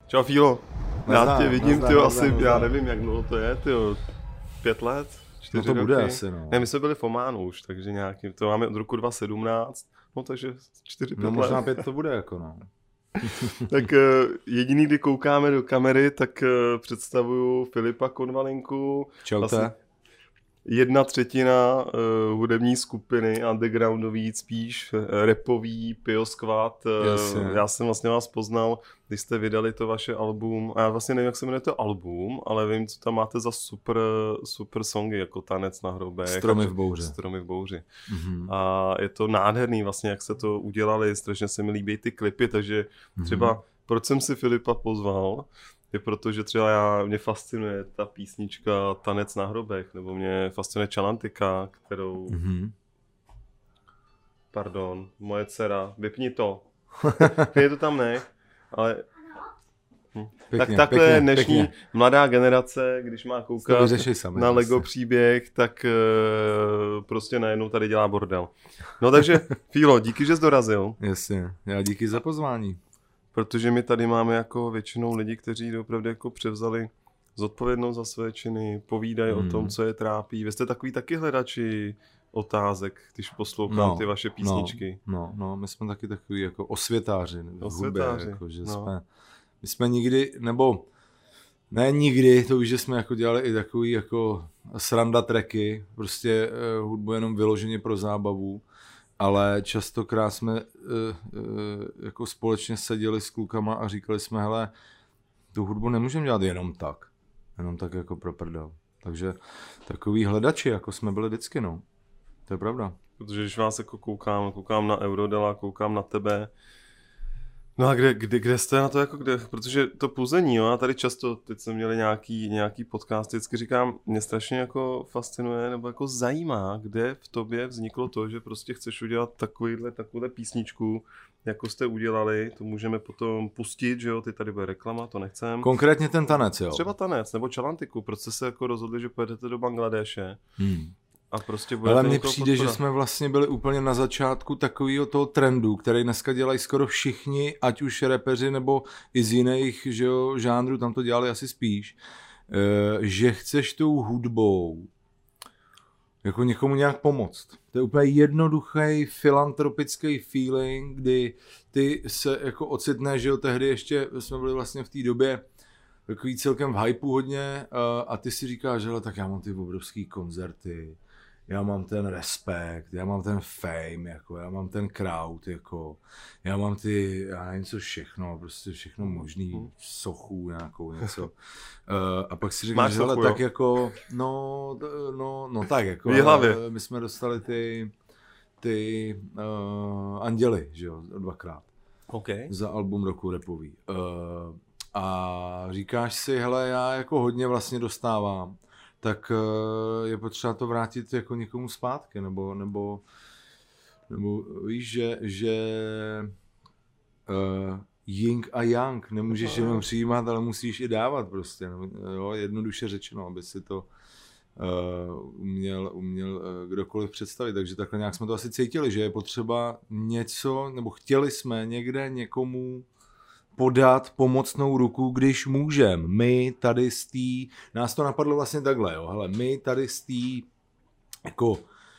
Čau Fílo, já tě vidím, tyjo, asi, nazdar. já nevím, jak dlouho to je, tyjo, 5 let, 4 No to roky. bude asi, no. Ne, my jsme byli v Ománu už, takže nějaký, to máme od roku 2017, no takže 4-5 No let. možná 5 to bude jako, no. Tak jediný, kdy koukáme do kamery, tak představuju Filipa Konvalinku. Čaute. 1/3 hudební skupiny, undergroundový, spíš rapový, Pio Squad. Já jsem vlastně vás poznal, když jste vydali to vaše album, a já vlastně nevím, jak se jmenuje to album, ale vím, co tam máte za super songy, jako Tanec na hrobech. Stromy v bouři. Stromy v bouři. Mm-hmm. A je to nádherný vlastně, jak se to udělali, strašně se mi líbí ty klipy, takže třeba proč jsem si Filipa pozval, je proto, že třeba mě fascinuje ta písnička Tanec na hrobech, nebo mě fascinuje Čalantika, kterou... Mm-hmm. Pardon, moje dcera, vypni to. Je to tam nech, ale... Pěkně, tak takhle pěkně, dnešní pěkně. mladá generace, když má koukat Sami, na Lego příběh, tak prostě najednou tady dělá bordel. No takže, Fílo, díky, že jsi dorazil. Jasně, já díky za pozvání. Protože my tady máme jako většinou lidi, kteří opravdu jako převzali zodpovědnost za své činy, povídají o tom, co je trápí. Vy jste takový taky hledači otázek, když poslouchám ty vaše písničky. No, my jsme taky takový jako osvětáři. Osvětáři, jako, že my jsme nikdy, nebo ne nikdy, to už, že jsme jako dělali i takový jako sranda tracky, prostě hudbu jenom vyloženě pro zábavu, ale častokrát jsme jako společně seděli s klukama a říkali jsme, hele, tu hudbu nemůžeme dělat jenom tak jako pro prdel. Takže takový hledači, jako jsme byli vždycky, no. To je pravda. Protože když vás jako koukám na Eurodela, koukám na tebe, no a kde jste na to, jako kde? Protože to puzení, jo, a tady často, teď jsme měli nějaký podcast, vždycky říkám, mě strašně jako fascinuje, nebo jako zajímá, kde v tobě vzniklo to, že prostě chceš udělat takovouhle písničku, jako jste udělali, to můžeme potom pustit, že jo, ty tady bude reklama, to nechcem. Konkrétně ten tanec, jo. Třeba tanec, nebo Čalantiku, proč jste se jako rozhodli, že pojedete do Bangladéše? A prostě ale mně přijde, že jsme vlastně byli úplně na začátku takového toho trendu, který dneska dělají skoro všichni, ať už repeři nebo i z jiných, že jo, žánrů, tam to dělali asi spíš, že chceš tou hudbou jako někomu nějak pomoct. To je úplně jednoduchý filantropický feeling, kdy ty se jako ocitneš, že jo, tehdy ještě jsme byli vlastně v té době takový celkem v hypeu hodně a ty si říkáš, že tak já mám ty obrovský koncerty, já mám ten respekt, já mám ten fame, jako, já mám ten crowd, jako, já mám ty, já nevím co všechno, prostě všechno možný, sochu nějakou, něco. A pak si říkáš, že tak jako, no tak jako, my jsme dostali ty Anděly, že jo, 2krát. Okay. Za album roku rapový. A říkáš si, hele, já jako hodně vlastně dostávám, tak je potřeba to vrátit jako někomu zpátky, nebo víš, že yin a yang, nemůžeš jenom přijímat, ale musíš i dávat prostě, jo, jednoduše řečeno, aby si to uměl kdokoliv představit, takže takhle nějak jsme to asi cítili, že je potřeba něco, nebo chtěli jsme někde někomu podat pomocnou ruku, když můžem. My tady z té, nás to napadlo vlastně takhle, jo, hele, my tady z té jako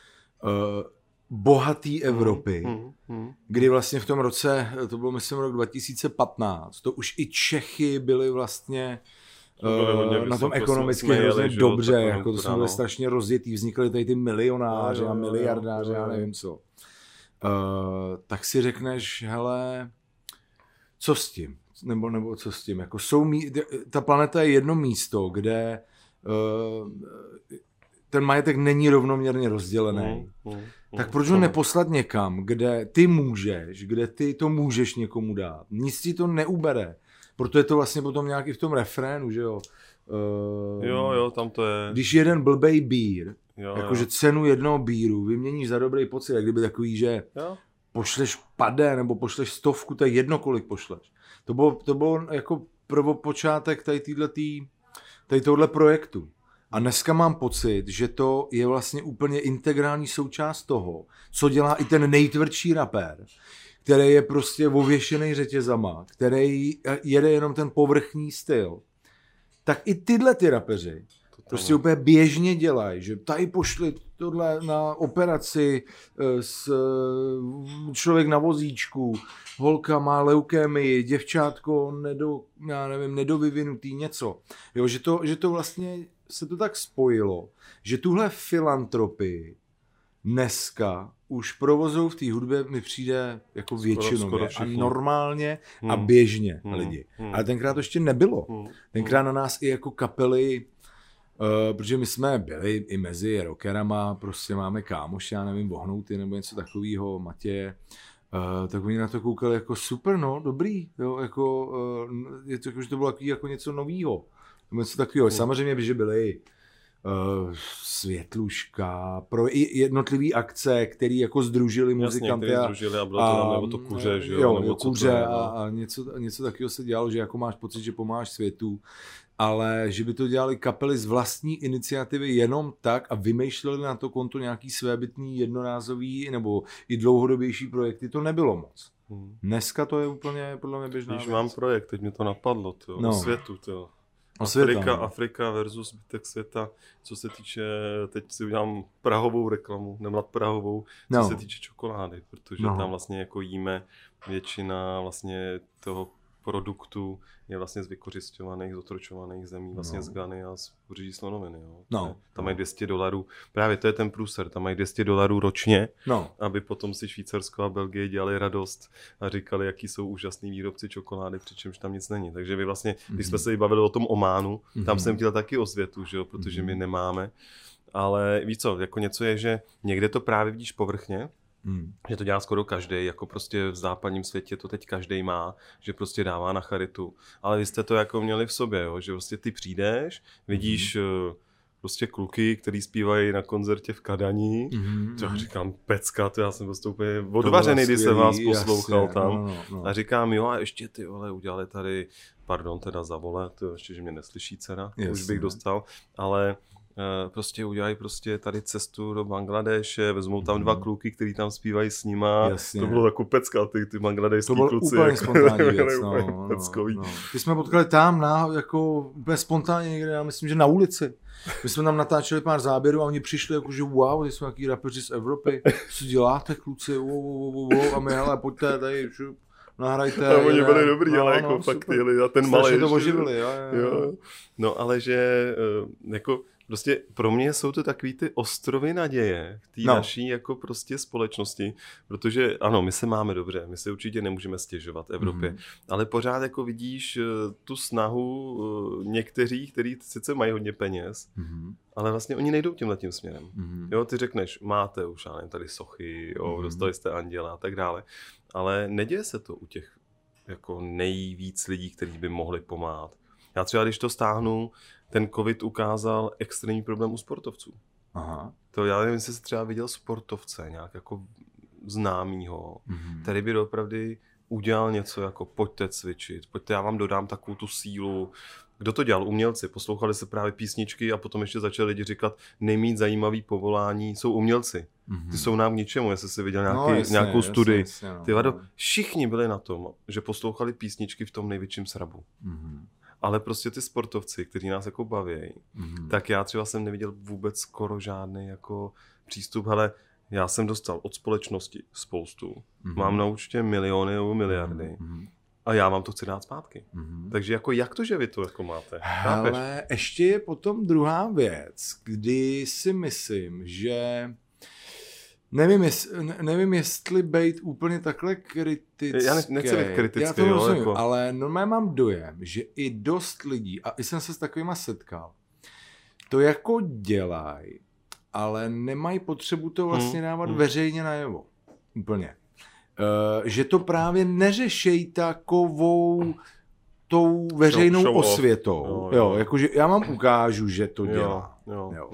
bohatý Evropy, kdy vlastně v tom roce, to bylo myslím rok 2015, to už i Čechy byli vlastně na tom ekonomicky hrozně dobře, jako to jsme byli strašně rozjetý, vznikly tady ty milionáři a miliardáři, já nevím co. Tak si řekneš, hele, co s tím? Nebo co s tím? Jako ta planeta je jedno místo, kde ten majetek není rovnoměrně rozdělený. Tak proč ho neposlat někam, kde ty můžeš, kde ty to můžeš někomu dát? Nic ti to neubere. Proto je to vlastně potom nějaký v tom refrénu, že jo? Jo, tam to je. Když jeden blbej bír, jakože cenu jednoho bíru vyměníš za dobrý pocit, jak kdyby takový, že pošleš pade nebo pošleš 100, to je jedno, kolik pošleš. To bylo jako prvopočátek tady tohle projektu. A dneska mám pocit, že to je vlastně úplně integrální součást toho, co dělá i ten nejtvrdší rapér, který je prostě ověšený řetězama, který jede jenom ten povrchní styl, tak i tyhle ty rapeři prostě úplně běžně dělají, že tady pošli tohle na operaci, člověk na vozíčku, holka má leukémii, děvčátko nedovyvinutý něco. Jo, že to vlastně se to tak spojilo, že tuhle filantropii dneska už provozují v té hudbě mi přijde jako většinově a normálně a běžně lidi. Ale tenkrát to ještě nebylo. Tenkrát na nás i jako kapely, protože my jsme byli i mezi rockerama, prostě máme kámoš, já nevím, Bohnouty nebo něco takového, Matěje, tak oni na to koukali jako super, no, dobrý, jo, jako, je to, jako, že to bylo jako něco novýho, něco takového. Samozřejmě, že byli Světluška, pro jednotlivý akce, který jako sdružili muzikanty. Jasně, sdružili a bylo to tam, nebo to Kuře, že jo? Nebo Kuře a něco takového se dělalo, že jako máš pocit, že pomáháš světu, ale že by to dělali kapely z vlastní iniciativy jenom tak a vymýšleli na to konto nějaký svébytný, jednorázový nebo i dlouhodobější projekty, to nebylo moc. Dneska to je úplně podle mě běžná věc. Mám projekt, teď mi to napadlo, o světu, Afrika versus zbytek světa, co se týče, teď si udělám prahovou reklamu, nemlad prahovou, co se týče čokolády, protože tam vlastně jako jíme většina vlastně toho produktu je vlastně z vykořisťovaných, zotročovaných zemí, vlastně z Ghany a z Pobřeží slonoviny. Jo. Tam mají $200, právě to je ten průser, tam mají $200 ročně, aby potom si Švýcarsko a Belgie dělali radost a říkali, jaký jsou úžasný výrobci čokolády, přičemž tam nic není. Takže vy vlastně, když jsme se bavili o tom Ománu, tam jsem chtěl taky osvětu, že jo, protože my nemáme. Ale víš co, jako něco je, že někde to právě vidíš povrchně, že to dělá skoro každý, jako prostě v západním světě to teď každý má, že prostě dává na charitu. Ale vy jste to jako měli v sobě, jo? Že prostě ty přijdeš, vidíš prostě kluky, který zpívají na koncertě v Kadani. To já říkám, pecka, to já jsem prostě úplně odvařený, když jsem vás poslouchal tam. A říkám, jo a ještě ty vole udělali tady, pardon teda za vole, to ještě, že mě neslyší dcera, už bych dostal, ale prostě udělají prostě tady cestu do Bangladéše, vezmou tam 2 kluky, který tam zpívají s nima. Jasně. To bylo jako pecka, ty bangladéšský kluci. To bylo úplně spontánní věc. Ty jsme potkali tam jako úplně spontánně někde, já myslím, že na ulici. My jsme tam natáčeli pár záběrů a oni přišli jako, že wow, ty jsou nějaký rapeři z Evropy, co děláte kluci, a my hele, pojďte tady, nahrajte. A oni byli dobrý, ale jako fakt jeli a ten malej. to oživili, jo. No ale že jako prostě pro mě jsou to takový ty ostrovy naděje v té naší jako prostě společnosti, protože ano, my se máme dobře, my se určitě nemůžeme stěžovat Evropě, ale pořád jako vidíš tu snahu někteří, kteří sice mají hodně peněz, ale vlastně oni nejdou tímhletím směrem. Jo, ty řekneš, máte už tady sochy, jo, dostali jste anděla a tak dále, ale neděje se to u těch jako nejvíc lidí, kteří by mohli pomáhat. Já třeba, když to stáhnu, ten covid ukázal extrémní problém u sportovců. Aha. To já nevím, jestli jsi třeba viděl sportovce, nějak jako známýho, který by opravdu udělal něco jako pojďte cvičit, pojďte, já vám dodám takovou tu sílu. Kdo to dělal? Umělci. Poslouchali se právě písničky a potom ještě začali lidi říkat, nejmít zajímavý povolání jsou umělci. Ty jsou nám k ničemu, jestli jsi viděl nějakou studii. Jasně, Ty vado, všichni byli na tom, že poslouchali písničky v tom největším srabu. Ale prostě ty sportovci, kteří nás jako baví, tak já třeba jsem neviděl vůbec skoro žádný jako přístup. Hele, já jsem dostal od společnosti spoustu. Mám na účtě miliony nebo miliardy. A já vám to chci dát zpátky. Takže jako jak to, že vy to jako máte? Ale ještě je potom druhá věc, kdy si myslím, že nevím, jestli bejt úplně takhle kritický. Já nechci být kritický, já to rozumím, jako... ale normálně mám dojem, že i dost lidí, a i jsem se s takovýma setkal, to jako dělají, ale nemají potřebu to vlastně dávat veřejně najevo. Úplně. Že to právě neřešejí takovou tou veřejnou osvětou. Jo. Jakože já vám ukážu, že to dělá. Jo.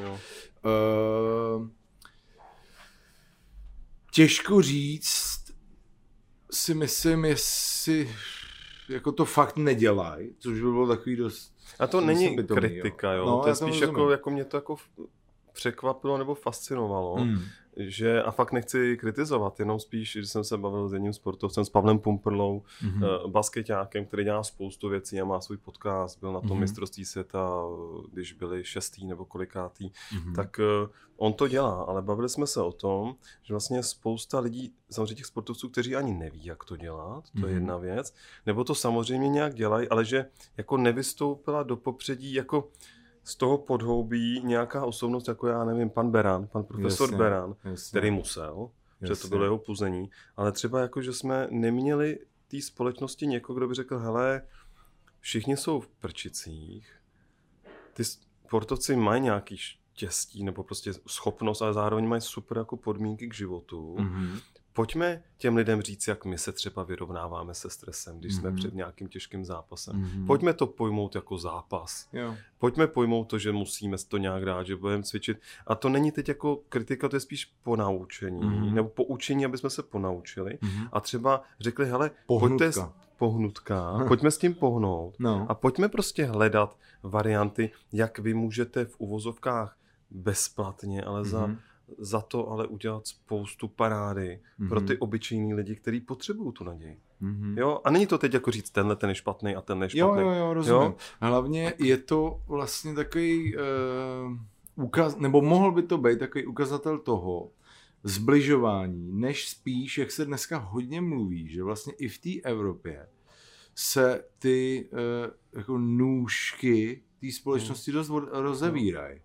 Těžko říct, si myslím, jestli jako to fakt nedělají, což by bylo takový dost... A to není kritika, jo. No, to je spíš jako mě to jako překvapilo nebo fascinovalo, že, a fakt nechci kritizovat, jenom spíš, že jsem se bavil s jedním sportovcem, s Pavlem Pumperlou, baskeťákem, který dělá spoustu věcí a má svůj podcast, byl na tom mistrovství světa, když byli 6. nebo kolikátý, tak on to dělá, ale bavili jsme se o tom, že vlastně spousta lidí, samozřejmě těch sportovců, kteří ani neví, jak to dělat, to je jedna věc, nebo to samozřejmě nějak dělají, ale že jako nevystoupila do popředí jako z toho podhoubí nějaká osobnost, jako já nevím, pan Beran, pan profesor Beran, který musel, že to bylo jeho puzení, ale třeba jako, že jsme neměli té společnosti někoho, kdo by řekl, hele, všichni jsou v prčicích, ty sportovci mají nějaký štěstí nebo prostě schopnost, ale zároveň mají super jako podmínky k životu. Pojďme těm lidem říct, jak my se třeba vyrovnáváme se stresem, když jsme před nějakým těžkým zápasem. Pojďme to pojmout jako zápas. Jo. Pojďme pojmout to, že musíme to nějak dát, že budeme cvičit. A to není teď jako kritika, to je spíš ponaučení, nebo poučení, aby jsme se ponaučili. A třeba řekli, hele, pojďme s tím pohnout. A pojďme prostě hledat varianty, jak vy můžete v uvozovkách bezplatně, ale za to ale udělat spoustu parády pro ty obyčejný lidi, kteří potřebují tu naději. Jo? A není to teď jako říct, tenhle ten je špatný a ten je špatný. Jo, rozumím. Jo? Hlavně je to vlastně takový nebo mohl by to být takový ukazatel toho zbližování, než spíš, jak se dneska hodně mluví, že vlastně i v té Evropě se ty jako nůžky té společnosti dost rozevírají.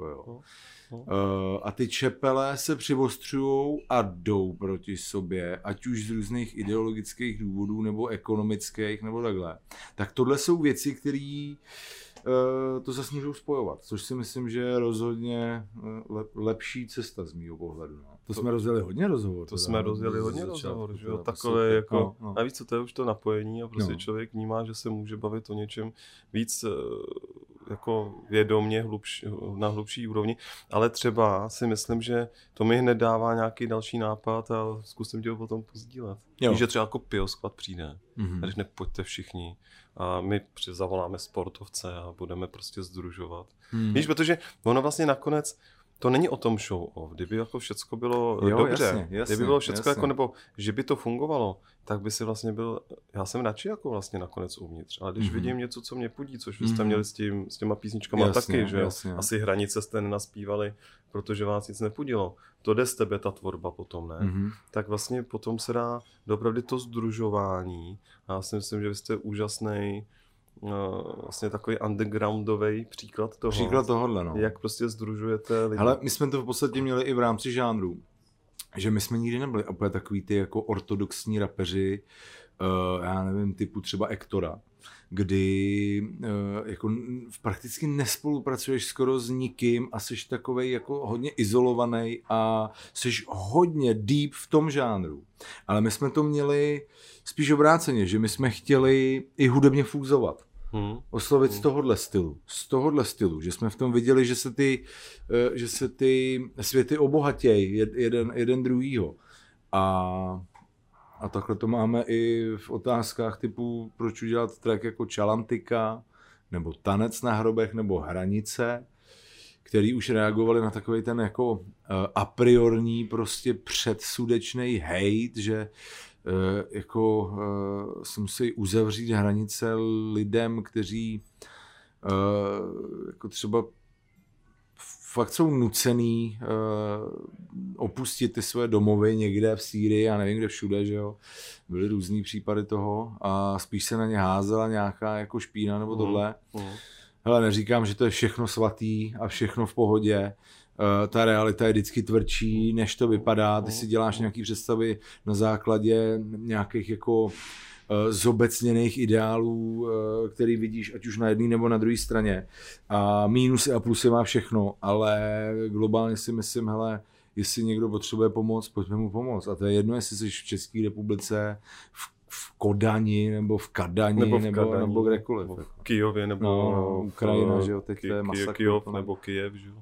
A ty čepele se přivostřujou a jdou proti sobě, ať už z různých ideologických důvodů, nebo ekonomických, nebo takhle. Tak tohle jsou věci, které to zase můžou spojovat, což si myslím, že je rozhodně lepší cesta z mýho pohledu. No. To jsme rozjeli hodně rozhovor. Že jo, takové jako, a víc co, to je už to napojení a prostě člověk vnímá, že se může bavit o něčem víc jako vědomě, na hlubší úrovni, ale třeba si myslím, že to mi hned dává nějaký další nápad a zkusím tě ho potom pozdílet. Víš, že třeba jako Pioskvat přijde a řekne, pojďte všichni a my zavoláme sportovce a budeme prostě sdružovat. Víš, protože ono vlastně nakonec to není o tom show off. Kdyby jako všecko bylo dobře, kdyby bylo všecko jako, nebo že by to fungovalo, tak by si vlastně byl, já jsem radši jako vlastně nakonec uvnitř, ale když vidím něco, co mě pudí, což vy jste měli s těma písničkama taky, že jo, asi Hranice jste nenaspívali, protože vás nic nepudilo. To jde z tebe ta tvorba potom, ne? Tak vlastně potom se dá dopravdy to sdružování a já si myslím, že vy jste úžasnej vlastně takový undergroundový příklad toho. Příklad tohohle, no. Jak prostě sdružujete lidi. Ale my jsme to v podstatě měli i v rámci žánru, že my jsme nikdy nebyli úplně takový ty jako ortodoxní rapeři, já nevím, typu třeba Ektora, kdy jako prakticky nespolupracuješ skoro s nikým a jsi takovej jako hodně izolovaný a jsi hodně deep v tom žánru. Ale my jsme to měli spíš obráceně, že my jsme chtěli i hudebně fúzovat. Oslovit z tohohle stylu, že jsme v tom viděli, že se ty světy obohatějí jeden druhýho. A takhle to máme i v otázkách typu, proč udělat track jako Čalantika, nebo Tanec na hrobech, nebo Hranice, který už reagovali na takový ten jako a priorní prostě předsudečný hejt, že jako se musí uzavřít hranice lidem, kteří jako třeba fakt jsou nucený opustit ty své domovy někde v Sýrii a nevím kde všude, že jo. Byly různý případy toho a spíš se na ně házela nějaká jako špína nebo tohle. Hele, neříkám, že to je všechno svatý a všechno v pohodě. Ta realita je vždycky tvrdší, než to vypadá. Ty si děláš nějaký představy na základě nějakých jako zobecněných ideálů, který vidíš ať už na jedné nebo na druhé straně. A mínusy a plusy má všechno, ale globálně si myslím, hele, jestli někdo potřebuje pomoc, pojďme mu pomoct. A to je jedno, jestli jsi v České republice, v Kodani, nebo v Kadani, nebo kdekoliv. Nebo v Kyjově, nebo Ukrajina, že jo, teď to je masakr. Kyjov, nebo Kyjev, že jo.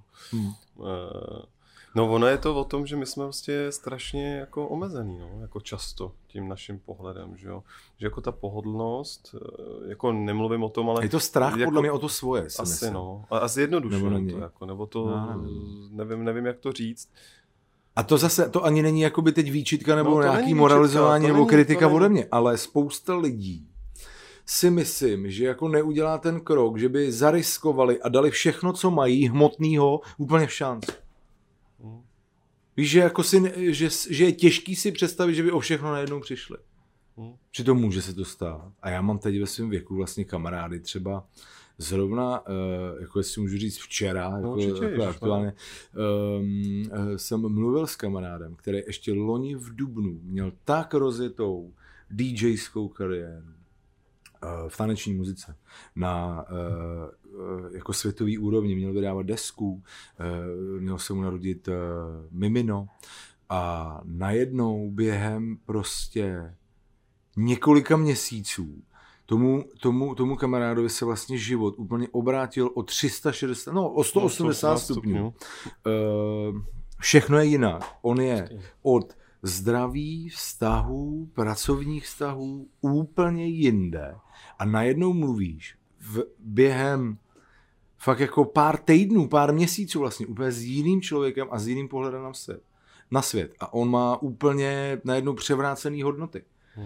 No ono je to o tom, že my jsme vlastně strašně jako omezený, no, jako často tím naším pohledem, že jo. Že jako ta pohodlnost, jako nemluvím o tom, ale... Je to strach jako, podle mě o to svoje, asi myslím. No. A zjednodušujem to, jako, nebo to, nevím, jak to říct. A to zase, to ani není jakoby teď výčitka nebo No, nějaký není moralizování výčitka, nebo kritika to ode mě, ale spousta lidí si myslím, že jako neudělá ten krok, že by zariskovali a dali všechno, co mají, hmotnýho, úplně v šanci. Víš, že, jako že je těžký si představit, že by o všechno najednou přišli. Přitom může se to stát. A já mám teď ve svém věku vlastně kamarády třeba zrovna, jako jestli můžu říct včera, No, jako aktuálně, jsem mluvil s kamarádem, který ještě loni v dubnu měl tak rozjetou DJskou kariéru v taneční muzice na jako světový úrovni, měl vydávat desku, měl se mu narodit mimino a najednou během prostě několika měsíců tomu kamarádovi se vlastně život úplně obrátil o 360, o 180 stupňů. Všechno je jinak. On je od zdraví, vztahů, pracovních vztahů úplně jinde. A najednou mluvíš během fakt jako pár týdnů, pár měsíců vlastně úplně s jiným člověkem a s jiným pohledem na svět. A on má úplně najednou převrácený hodnoty.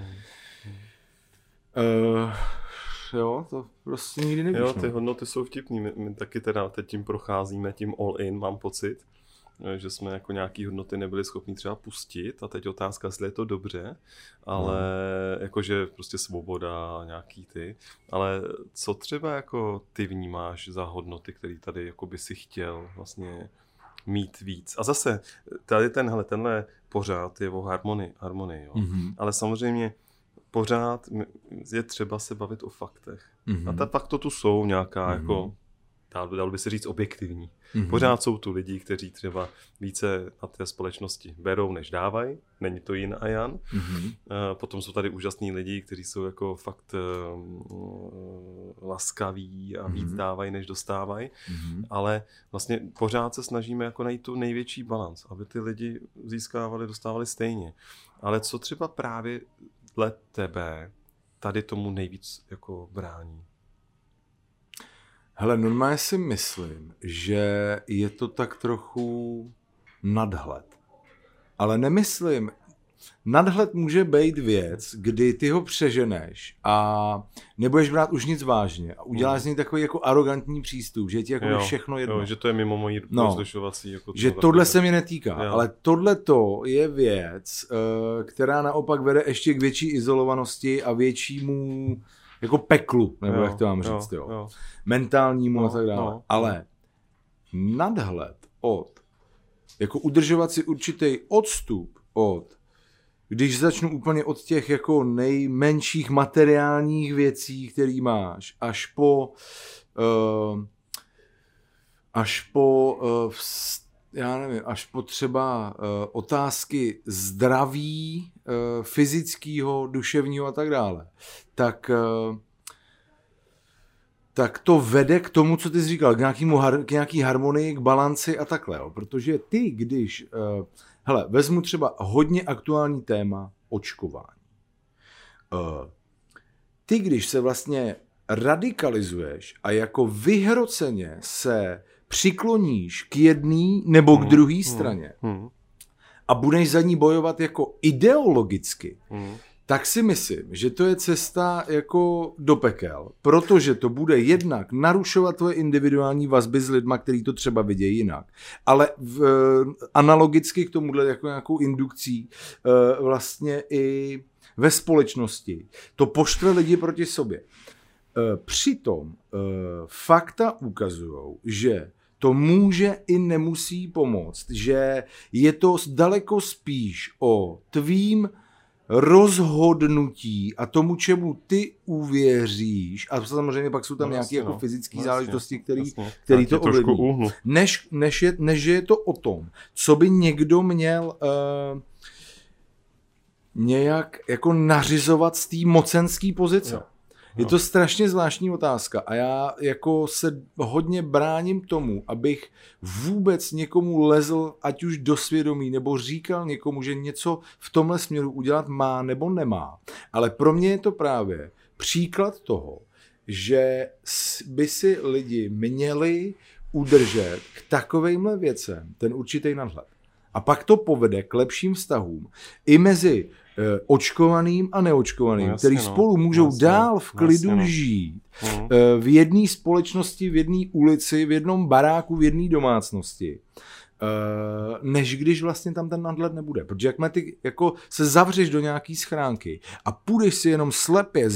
Jo, to prostě nikdy nevíš. Jo, ty hodnoty jsou vtipný. My taky teda teď tím procházíme, tím all in, mám pocit, že jsme jako nějaký hodnoty nebyli schopni třeba pustit a teď otázka, jestli je to dobře, ale jakože prostě svoboda a nějaký ty, ale co třeba jako ty vnímáš za hodnoty, které tady jako by si chtěl vlastně mít víc. A zase, tady tenhle pořád je o harmonii, jo. Mm-hmm. Ale samozřejmě pořád je třeba se bavit o faktech. Mm-hmm. A ta fakta tu jsou nějaká jako, dalo by se říct, objektivní. Mm-hmm. Pořád jsou tu lidi, kteří třeba více na té společnosti berou, než dávají. Není to Jin a Jan. Mm-hmm. Potom jsou tady úžasní lidi, kteří jsou jako fakt laskaví a víc dávají, než dostávají. Mm-hmm. Ale vlastně pořád se snažíme jako najít tu největší balans, aby ty lidi získávali, dostávali stejně. Ale co třeba právě dle tebe tady tomu nejvíc jako brání? Hele, normálně si myslím, že je to tak trochu nadhled. Ale nemyslím, nadhled může být věc, kdy ty ho přeženeš a nebudeš brát už nic vážně a uděláš z něj takový jako arrogantní přístup, že je ti jako všechno jedno. Jo, že to je mimo mojí rozlišovací. Jako že tohle se mě netýká, ale tohleto je věc, která naopak vede ještě k větší izolovanosti a většímu jako peklu, nebo jak to mám říct, jo. Mentálnímu a tak dále. Ale nadhled jako udržovat si určitý odstup když začnu úplně od těch jako nejmenších materiálních věcí, které máš, až po třeba otázky zdraví, fyzického, duševního a tak dále, tak to vede k tomu, co ty jsi říkal, k nějaký harmonii, k balanci a takhle. Jo. Protože ty, když... vezmu třeba hodně aktuální téma očkování. Ty, když se vlastně radikalizuješ a jako vyhroceně se přikloníš k jedné nebo k druhé straně a budeš za ní bojovat jako ideologicky, tak si myslím, že to je cesta jako do pekel, protože to bude jednak narušovat tvoje individuální vazby s lidma, který to třeba vidějí jinak, ale analogicky k tomuhle jako nějakou indukcí vlastně i ve společnosti to poštve lidi proti sobě. Přitom fakta ukazují, že to může i nemusí pomoct, že je to daleko spíš o tvým rozhodnutí a tomu, čemu ty uvěříš, a samozřejmě pak jsou tam nějaké jako fyzické záležitosti, který to ovlivní, než je to o tom, co by někdo měl nějak jako nařizovat z té mocenské pozice. Je to strašně zvláštní otázka a já jako se hodně bráním tomu, abych vůbec někomu lezl, ať už do svědomí, nebo říkal někomu, že něco v tomhle směru udělat má nebo nemá. Ale pro mě je to právě příklad toho, že by si lidi měli udržet k takovejmhle věcem ten určitý nadhled. A pak to povede k lepším vztahům i mezi očkovaným a neočkovaným, jasně, který spolu můžou dál v klidu žít v jedné společnosti, v jedné ulici, v jednom baráku, v jedné domácnosti, než když vlastně tam ten nadhled nebude. Protože jakmile ty jako se zavřeš do nějaký schránky a půjdeš si jenom slepě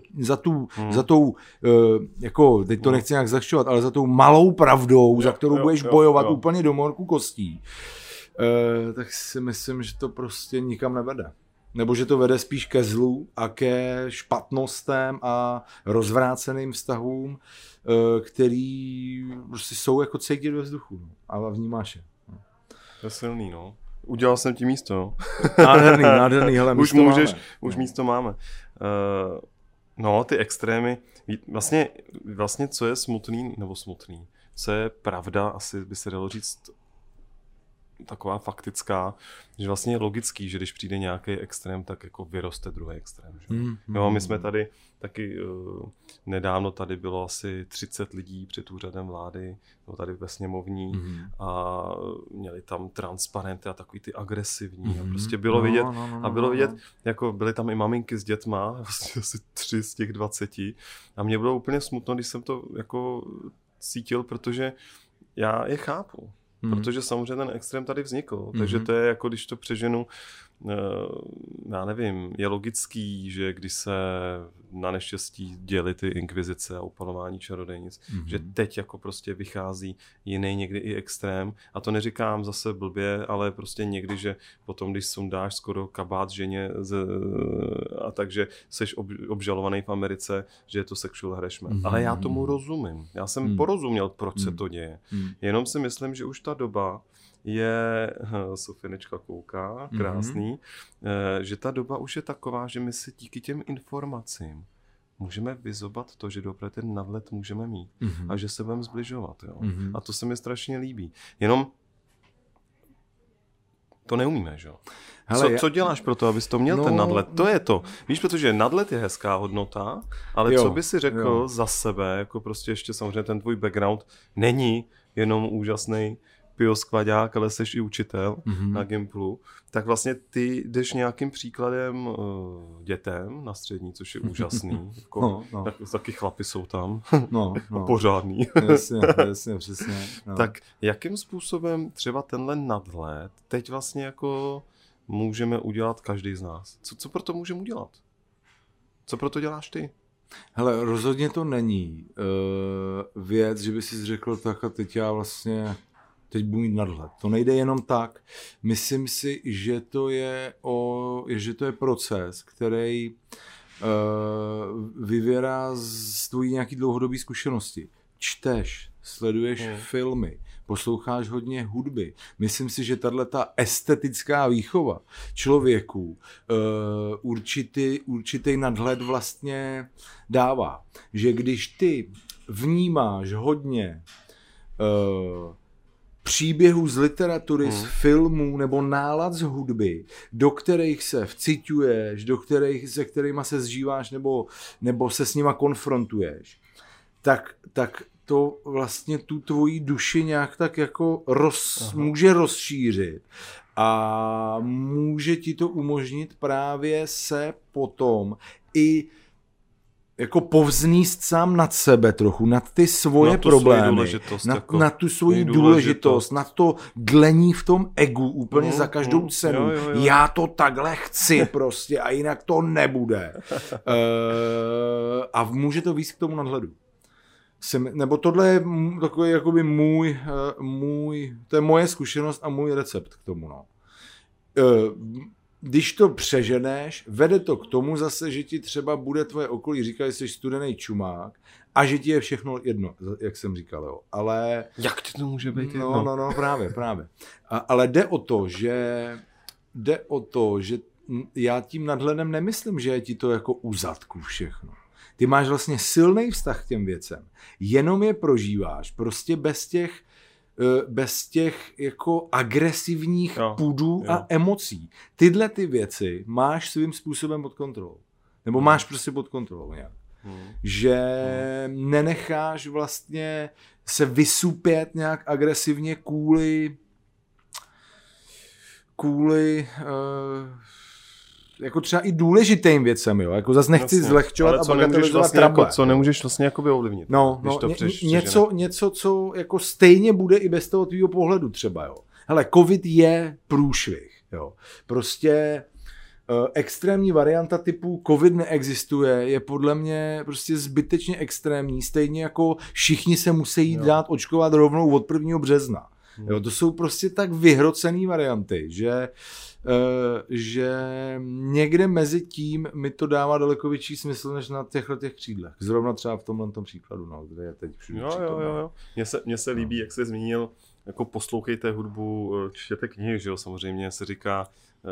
za tou jako, teď to nechci nějak zašťovat, ale za tou malou pravdou, za kterou budeš bojovat úplně do morku kostí, tak si myslím, že to prostě nikam nevede. Nebo že to vede spíš ke zlu a ke špatnostem a rozvráceným vztahům, který prostě jsou jako cítit ve vzduchu, no, a vnímáš je. No. To je silný, no. Udělal jsem ti místo, no. Nádherný, hele, místo máme. Už místo máme. No, ty extrémy, vlastně co je smutný, co je pravda, asi by se dalo říct, taková faktická, že vlastně je logický, že když přijde nějaký extrém, tak jako vyroste druhý extrém. Že? Jo, my jsme tady taky nedávno tady bylo asi 30 lidí před úřadem vlády, no tady ve sněmovní a měli tam transparenty a takový ty agresivní. A prostě bylo vidět, jako byly tam i maminky s dětma, vlastně asi 3 z těch 20 a mě bylo úplně smutno, když jsem to jako cítil, protože já je chápu. Protože samozřejmě ten extrém tady vznikl, takže to je jako, když to přeženu, já nevím, je logický, že když se na neštěstí děly ty inkvizice a upalování čarodějnic, že teď jako prostě vychází jiný někdy i extrém a to neříkám zase blbě, ale prostě někdy, že potom, když sundáš skoro kabát ženě a takže seš obžalovaný v Americe, že je to sexual harassment. Ale já tomu rozumím. Já jsem porozuměl, proč se to děje. Jenom si myslím, že už ta doba je, Sofinečka kouká, krásný, že ta doba už je taková, že my si díky těm informacím můžeme vyzobat to, že doprve ten nadhled můžeme mít a že se budeme zbližovat. Jo? A to se mi strašně líbí. Jenom to neumíme, že jo? Co děláš pro to, abys to měl ten nadhled? To je to. Víš, protože nadhled je hezká hodnota, ale co by si řekl za sebe, jako prostě ještě samozřejmě ten tvůj background není jenom úžasný skladák, ale jsi i učitel na Gimplu, tak vlastně ty jdeš nějakým příkladem dětem na střední, což je úžasný. Jako, taky chlapi jsou tam. Pořádný. Jasně, přesně. No. Tak jakým způsobem třeba tenhle nadhled teď vlastně jako můžeme udělat každý z nás? Co pro to můžeme udělat? Co pro to děláš ty? Hele, rozhodně to není věc, že by si řekl tak a teď já vlastně teď budu mít nadhled. To nejde jenom tak. Myslím si, že to je proces, který vyvěrá z tvojí nějaký dlouhodobý zkušenosti. Čteš, sleduješ filmy, posloucháš hodně hudby. Myslím si, že tato estetická výchova člověku určitý nadhled vlastně dává. Že když ty vnímáš hodně příběhů z literatury, z filmů nebo nálad z hudby, do kterých se vciťuješ, se kterýma se zžíváš nebo se s nima konfrontuješ, tak to vlastně tu tvoji duši nějak tak jako může rozšířit a může ti to umožnit právě se potom i jako povzníst sám nad sebe trochu, nad ty svoje problémy, na tu svoji důležitost, na to dlení v tom egu úplně za každou cenu. Jo. Já to takhle chci prostě a jinak to nebude. A může to víc k tomu nadhledu. Nebo tohle je takový jakoby to je moje zkušenost a můj recept k tomu. No. Když to přeženeš, vede to k tomu zase, že ti třeba bude tvoje okolí říkat, že jsi studený čumák a že ti je všechno jedno, jak jsem říkal, jo. Ale... Jak ti to může být jedno? No, právě. Ale jde o to, že já tím nadhledem nemyslím, že je ti to jako u zadku všechno. Ty máš vlastně silný vztah k těm věcem, jenom je prožíváš, prostě bez těch jako agresivních pudů a emocí. Tyhle ty věci máš svým způsobem pod kontrolou. Nebo máš prostě pod kontrolou nějak. Že nenecháš vlastně se vysupět nějak agresivně kvůli kvůli jako třeba i důležitým věcem, jo, jako zase nechci zlehčovat a bagatelizovat vlastně trable. jako, co nemůžeš vlastně jakoby ovlivnit. Něco, co jako stejně bude i bez toho tvýho pohledu třeba, jo. Hele, covid je průšvih, jo. Prostě extrémní varianta typu covid neexistuje, je podle mě prostě zbytečně extrémní, stejně jako všichni se musí jít dát očkovat rovnou od 1. března. Jo, to jsou prostě tak vyhrocený varianty, že někde mezi tím mi to dává daleko větší smysl, než na těchto křídlech. Zrovna třeba v tomhle příkladu, no, kde je teď všude. Jo. Mně se líbí, jak jsi zmínil, jako poslouchejte hudbu, čtěte knihy, že jo, samozřejmě se říká,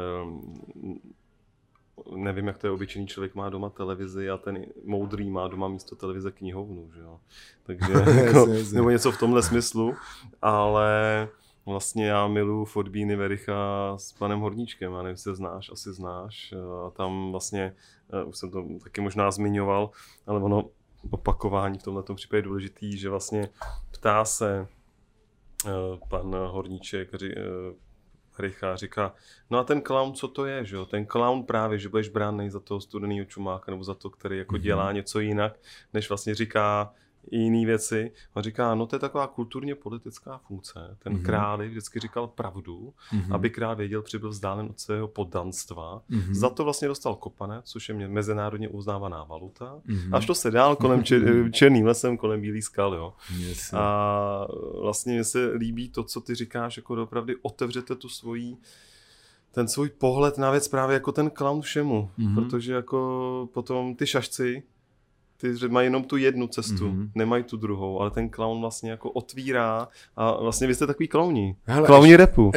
nevím, jak to je obyčejný člověk, má doma televizi a ten moudrý má doma místo televize knihovnu, že jo. Takže jako, nebo něco v tomhle smyslu, ale vlastně já miluji Fotbíny Vericha s panem Horníčkem, já nevím, jestli znáš, asi znáš, a tam vlastně, už jsem to taky možná zmiňoval, ale ono opakování v tomto případě je důležitý, že vlastně ptá se pan Horníček, Rycha říká, no a ten klaun, co to je, že jo? Ten klaun právě, že budeš bránej za toho studenýho čumáka nebo za to, který jako dělá něco jinak, než vlastně říká jiné věci. A říká, no to je taková kulturně politická funkce. Ten král vždycky říkal pravdu, aby král věděl, že byl vzdálen od svého poddanstva. Za to vlastně dostal kopanec, což je mezinárodně uznávaná valuta. Až to se dál kolem černým lesem, kolem bílý skal, jo. Yes. A vlastně mně se líbí to, co ty říkáš, jako opravdu otevřete ten svůj pohled na věc právě jako ten klaun všemu. Protože jako potom ty šašci, ty mají jenom tu jednu cestu, nemají tu druhou, ale ten klaun vlastně jako otvírá a vlastně vy jste takový klauni. Klauni rapu.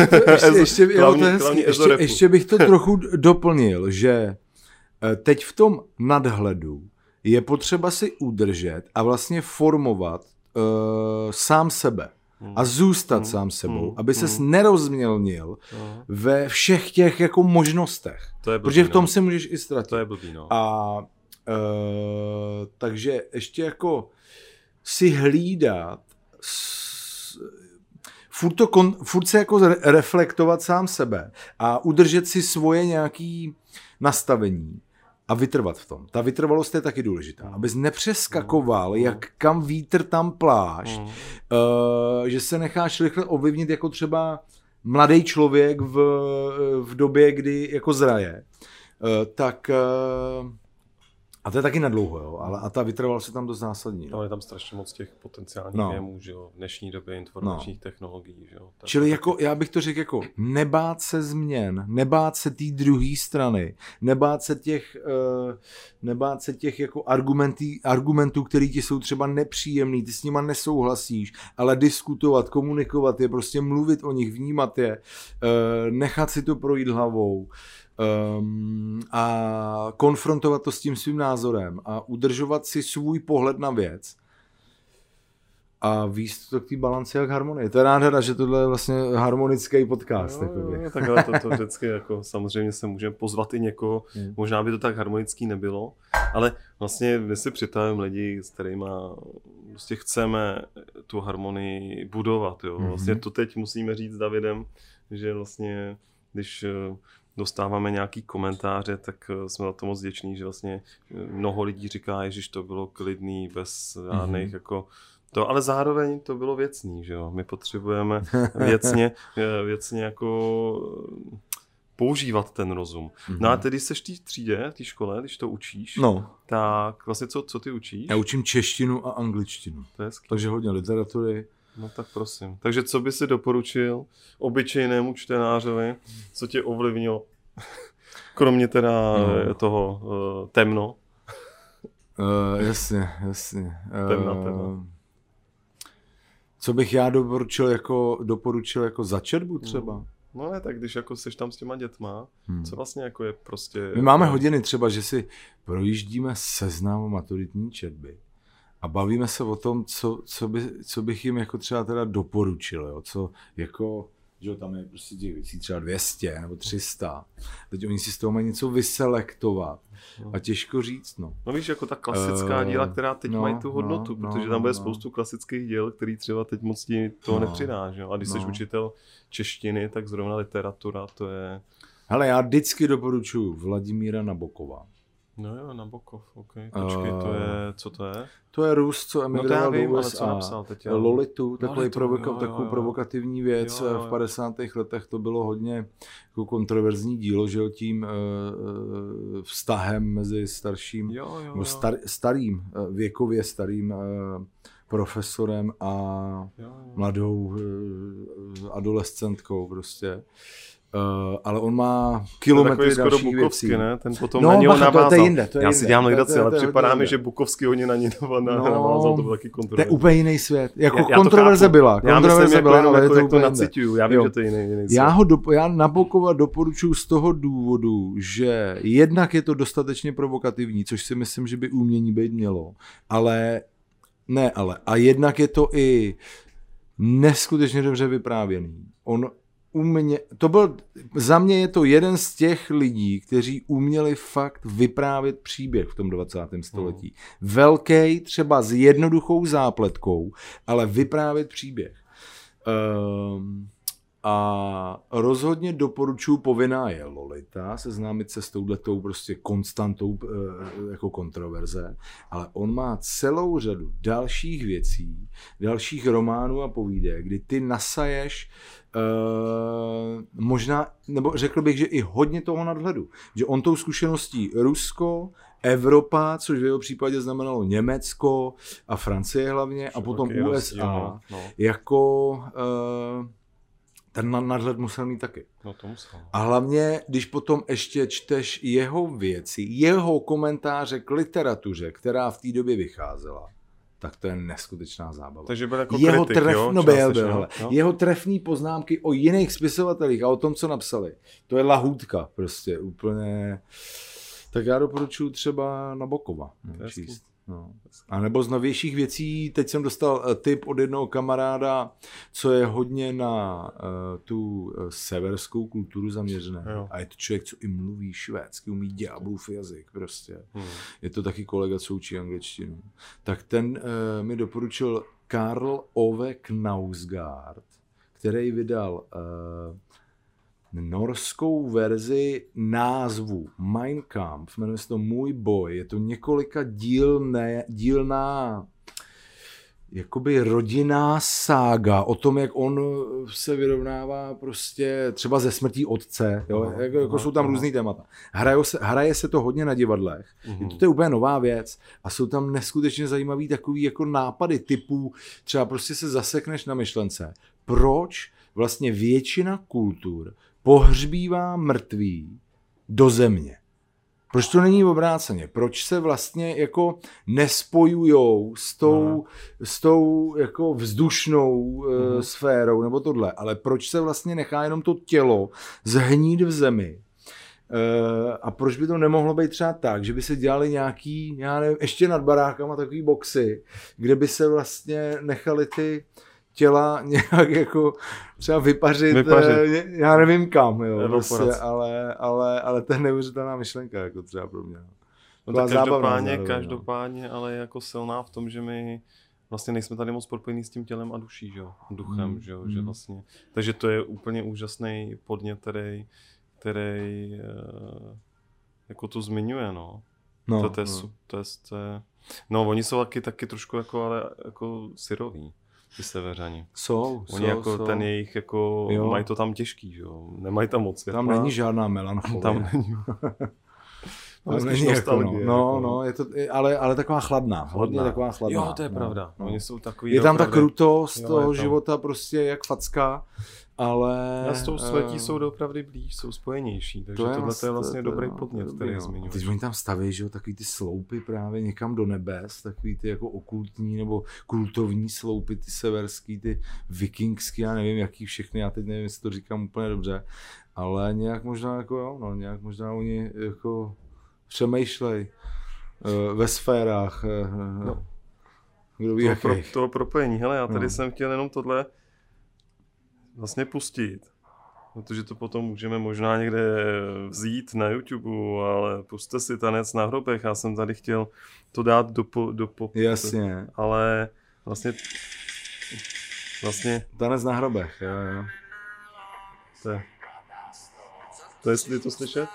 Ještě bych to trochu doplnil, že teď v tom nadhledu je potřeba si udržet a vlastně formovat sám sebe. A zůstat sám sebou, aby ses nerozmělnil ve všech těch jako možnostech. Protože v tom se můžeš i ztratit. To je blbý, no. A takže ještě jako si hlídat, furt se jako reflektovat sám sebe a udržet si svoje nějaký nastavení a vytrvat v tom. Ta vytrvalost je taky důležitá. Abys nepřeskakoval, jak kam vítr tam plášť, že se necháš rychle ovlivnit jako třeba mladý člověk v době, kdy jako zraje. Tak a to je taky nadlouho, jo, ale a ta vytrvalost se tam dost zásadní. No, je tam strašně moc těch potenciálních věmů, že jo, v dnešní době informačních technologií, že jo. Čili jako, já bych to řekl jako, nebát se změn, nebát se té druhé strany, nebát se těch jako argumentů, který ti jsou třeba nepříjemný, ty s nima nesouhlasíš, ale diskutovat, komunikovat je, prostě mluvit o nich, vnímat je, nechat si to projít hlavou. A konfrontovat to s tím svým názorem a udržovat si svůj pohled na věc a víc to k té balanci jak harmonie. To je nádhera, že tohle je vlastně harmonický podcast. No, takhle to vždycky jako samozřejmě se můžeme pozvat i někoho, možná by to tak harmonický nebylo, ale vlastně my si přitahujeme lidi, s kterými prostě chceme tu harmonii budovat. Jo. Vlastně to teď musíme říct s Davidem, že vlastně když dostáváme nějaký komentáře, tak jsme za to moc vděční, že vlastně mnoho lidí říká, že to bylo klidný, bez žádných jako to, ale zároveň to bylo věcný, že jo. My potřebujeme věcně jako používat ten rozum. No a tedy seš v té třídě, v té škole, když to učíš, tak vlastně co ty učíš? Já učím češtinu a angličtinu. Takže hodně literatury. No tak prosím. Takže co by si doporučil obyčejnému čtenářovi, co tě ovlivnilo? Kromě teda toho temno. Jasně. Temna. Co bych já doporučil jako za četbu třeba? No ne, tak když jako seš tam s těma dětma, co vlastně jako je prostě... My máme hodiny třeba, že si projíždíme seznam maturitní četby. A bavíme se o tom, co bych jim jako třeba teda doporučil, jo? Co jako, že tam je prostě těch věcí třeba 200 nebo 300. Teď oni si z toho mají něco vyselektovat a těžko říct, no. No víš, jako ta klasická díla, která teď mají tu hodnotu, protože tam bude spoustu klasických děl, který třeba teď moc ti toho nepřidá, že jo. A když jsi učitel češtiny, tak zrovna literatura, to je... Hele, já vždycky doporučuji Vladimíra Nabokova. No jo, Nabokov, počkej, to je, co to je? To je Rus, co emigroval do USA. Napsal teď, Lolitu, takovou provokativní věc. V 50. letech to bylo hodně jako kontroverzní dílo, že jo, tím vztahem mezi starším, starým, věkově starým profesorem a mladou adolescentkou prostě. Ale on má kilometry dalších věcí. Ne? Ten potom na něho navázal. To je jinde. Já si dělám legraci, ale připadá mi, že Bukovský hodně na něj navázal, to byl taky kontroverze. To je úplně jiný svět. Jako kontroverze byla. Já myslím, ale je to jak to nacituju. Já vím, že to je jiný svět. Já Nabokova doporučuji z toho důvodu, že jednak je to dostatečně provokativní, což si myslím, že by umění být mělo, a jednak je to i neskutečně dobře vyprávěný. Za mě je to jeden z těch lidí, kteří uměli fakt vyprávět příběh v tom 20. století. Velký, třeba s jednoduchou zápletkou, ale vyprávět příběh. A rozhodně doporučuji, povinná je Lolita, seznámit se s touhletou prostě konstantou jako kontroverze, ale on má celou řadu dalších věcí, dalších románů a povídek, kdy ty nasaješ možná, nebo řekl bych, že i hodně toho nadhledu. Že on tou zkušeností Rusko, Evropa, což v jeho případě znamenalo Německo a Francie hlavně, a potom USA, jako ten nadhled musel mít taky. No to musel. A hlavně, když potom ještě čteš jeho věci, jeho komentáře k literatuře, která v té době vycházela, tak to je neskutečná zábava. Takže byl jako kritik, Jeho trefný poznámky o jiných spisovatelích a o tom, co napsali. To je lahůdka prostě úplně. Tak já doporučuji třeba Nabokova číst. No. A nebo z novějších věcí, teď jsem dostal tip od jednoho kamaráda, co je hodně na tu severskou kulturu zaměřené. A je to člověk, co i mluví švédsky, umí ďáblův jazyk prostě. Je to taky kolega, co učí angličtinu. Tak ten mi doporučil Karl Ove Knausgaard, který vydal norskou verzi názvu Mein Kampf, jmenuje se to Můj boj, je to několika dílná jakoby rodinná sága o tom, jak on se vyrovnává prostě třeba ze smrtí otce, jo? Jako jsou tam různý témata. Hraje se to hodně na divadlech, to je úplně nová věc a jsou tam neskutečně zajímavý takový jako nápady typů, třeba prostě se zasekneš na myšlence, proč vlastně většina kultur pohřbívá mrtví do země. Proč to není obráceně? Proč se vlastně jako nespojujou s tou jako vzdušnou sférou nebo tohle, ale proč se vlastně nechá jenom to tělo zhnít v zemi? A proč by to nemohlo být třeba tak, že by se dělali nějaký, já nevím, ještě nad barákama takový boxy, kde by se vlastně nechali ty těla nějak jako třeba vypařit. Já nevím kam, jo, prostě, ale to je neuvěřitelná myšlenka, jako třeba pro mě. No tak každopádně, ale je jako silná v tom, že my vlastně nejsme tady moc propojení s tím tělem a duší, že jo, duchem, že jo, že vlastně. Takže to je úplně úžasný podnět, který jako to zmiňuje, no. No, oni jsou taky trošku jako, ale jako syroví. Ty severani. Oni jsou. Ten jejich jako mají to tam těžký, že jo. Nemají tam moc světla. Tam není žádná melancholie. Tam není. Není je to, ale taková chladná. Hodně taková chladná. Jo, to je pravda. Oni jsou takový. Je tam ta krutost toho života prostě jak facka, ale a s tou světí jsou doopravdy blíž, jsou spojenější, takže tohle je vlastně dobrý podnět, který zmiňuješ. Teď oni tam staví, že jo, takový ty sloupy právě někam do nebes, takový ty jako okultní nebo kultovní sloupy, ty severský, ty vikingský, já nevím, jaký všechny, já teď nevím, jestli to říkám úplně dobře, ale nějak možná jako nějak možná oni jako přemýšlej ve sférách. Kdo ví, toho propojení. Hele, já tady jsem chtěl jenom tohle vlastně pustit. protože to potom můžeme možná někde vzít na YouTube, ale puste si Tanec na hrobech, já jsem tady chtěl to dát do pop. Jasně. Ale vlastně Tanec na hrobech, jo. To jestli to slyšet?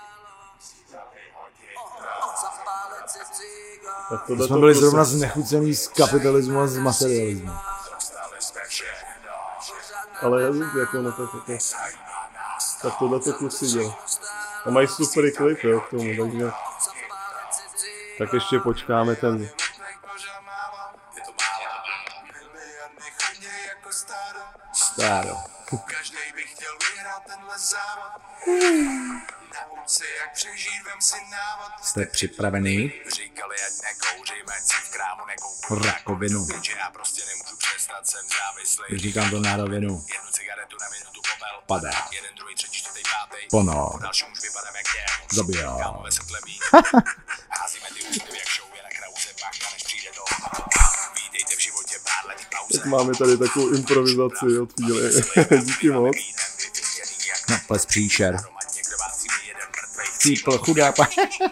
Tak to jsme byli zrovna znechucený z kapitalismu a z materialismu. Ale já vím, jako na to jako... Tak tohle to kluci dělá. A mají super klip, jo, k tomu, takže... Tak ještě počkáme ten... Stáro. Každej by chtěl vyhrát tenhle závod. Nauč se, jak přežít, vem si návod. Jste připravený? Říkali, ať nekouřím, ať si v krámu nekoupím rakovinu. Že já prostě nemůžu přestat, jsem závislý. Říkám to na rovinu. Jednu cigaretu na minutu popel. Padá. Jeden, druhý, třetí, čtvrtý, pátý. Ponor. Po dalším už vypadám jak děl. Zabijá. Kámové se tlebí. Házíme ty úsměvy jak show, je na krause, pak než přijde to. Vítejte v životě pár let pauze. Tak máme tady takovou improvizaci od chvíli. Díky moc. No, ples příšer. Cípl chudáka.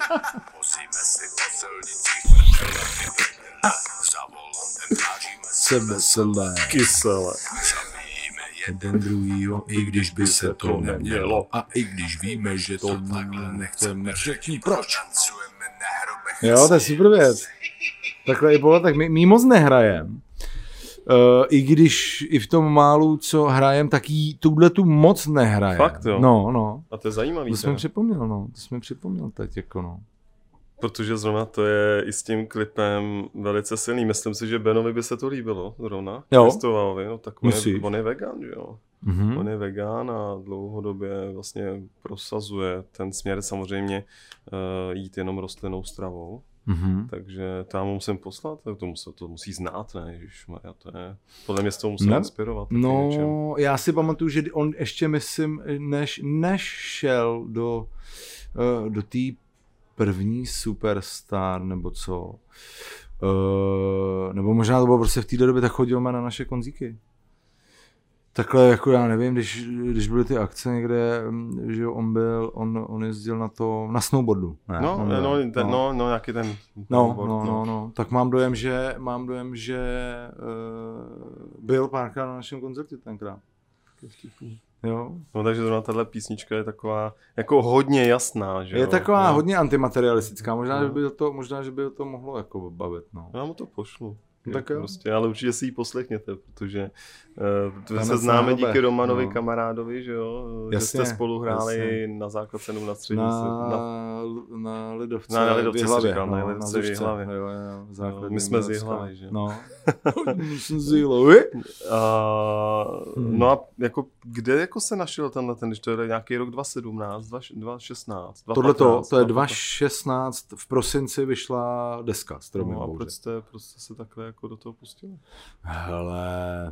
Se veselé. Kyselé. Jeden druhýho, i když by se to nemělo. A i když víme, že to takhle nechceme, řekni proč. Jo, to je super věc. Takhle i bylo, tak my moc nehrajem. I když i v tom málu, co hrajem, tak jí tu moc nehrajem. Fakt jo? No. A to je zajímavý. To jsme připomněl teď, jako no. Protože zrovna to je i s tím klipem velice silný. Myslím si, že Benovi by se to líbilo zrovna. Jo. No, tak on je vegan, že jo? Mm-hmm. On je vegan a dlouhodobě vlastně prosazuje ten směr samozřejmě jít jenom rostlinnou stravou. Mm-hmm. Takže to já mu musím poslat, to musí znát, ne? Ježišmarja, to je, podle mě z toho musím inspirovat. No, něčem. Já si pamatuju, že on ještě myslím, než šel do té první Superstar, nebo co, nebo možná to bylo prostě v té době, tak chodil na naše konzíky. Takhle, jako já nevím, když byly ty akce někde, že on jezdil na snowboardu. Ne, nějaký ten No. Tak mám dojem, že byl párkrát na našem koncertě tenkrát. Jo. No takže zrovna tahle písnička je taková jako hodně jasná, že jo? Je taková hodně antimaterialistická, možná, že by to mohlo jako bavit, no. Já mu to pošlu. Tak prostě, ale určitě si ji poslechněte, protože se známe díky Romanovi kamarádovi, že jo? Jasně, že jste spolu hráli na základce nebo na střední. Na Lidovce. Na Lidovce v Jihlavě. Na Lidovce v Jihlavě. My jsme z Jihlavy, že? No. Jsme z Jihlavy. No a jako, kde jako se našel tenhle, když to je nějaký rok 2017, 2016? Tohleto, to je 2016, v prosinci vyšla deska Stromy bouře. No a proč jste se takhle jako do toho pustili? Hele,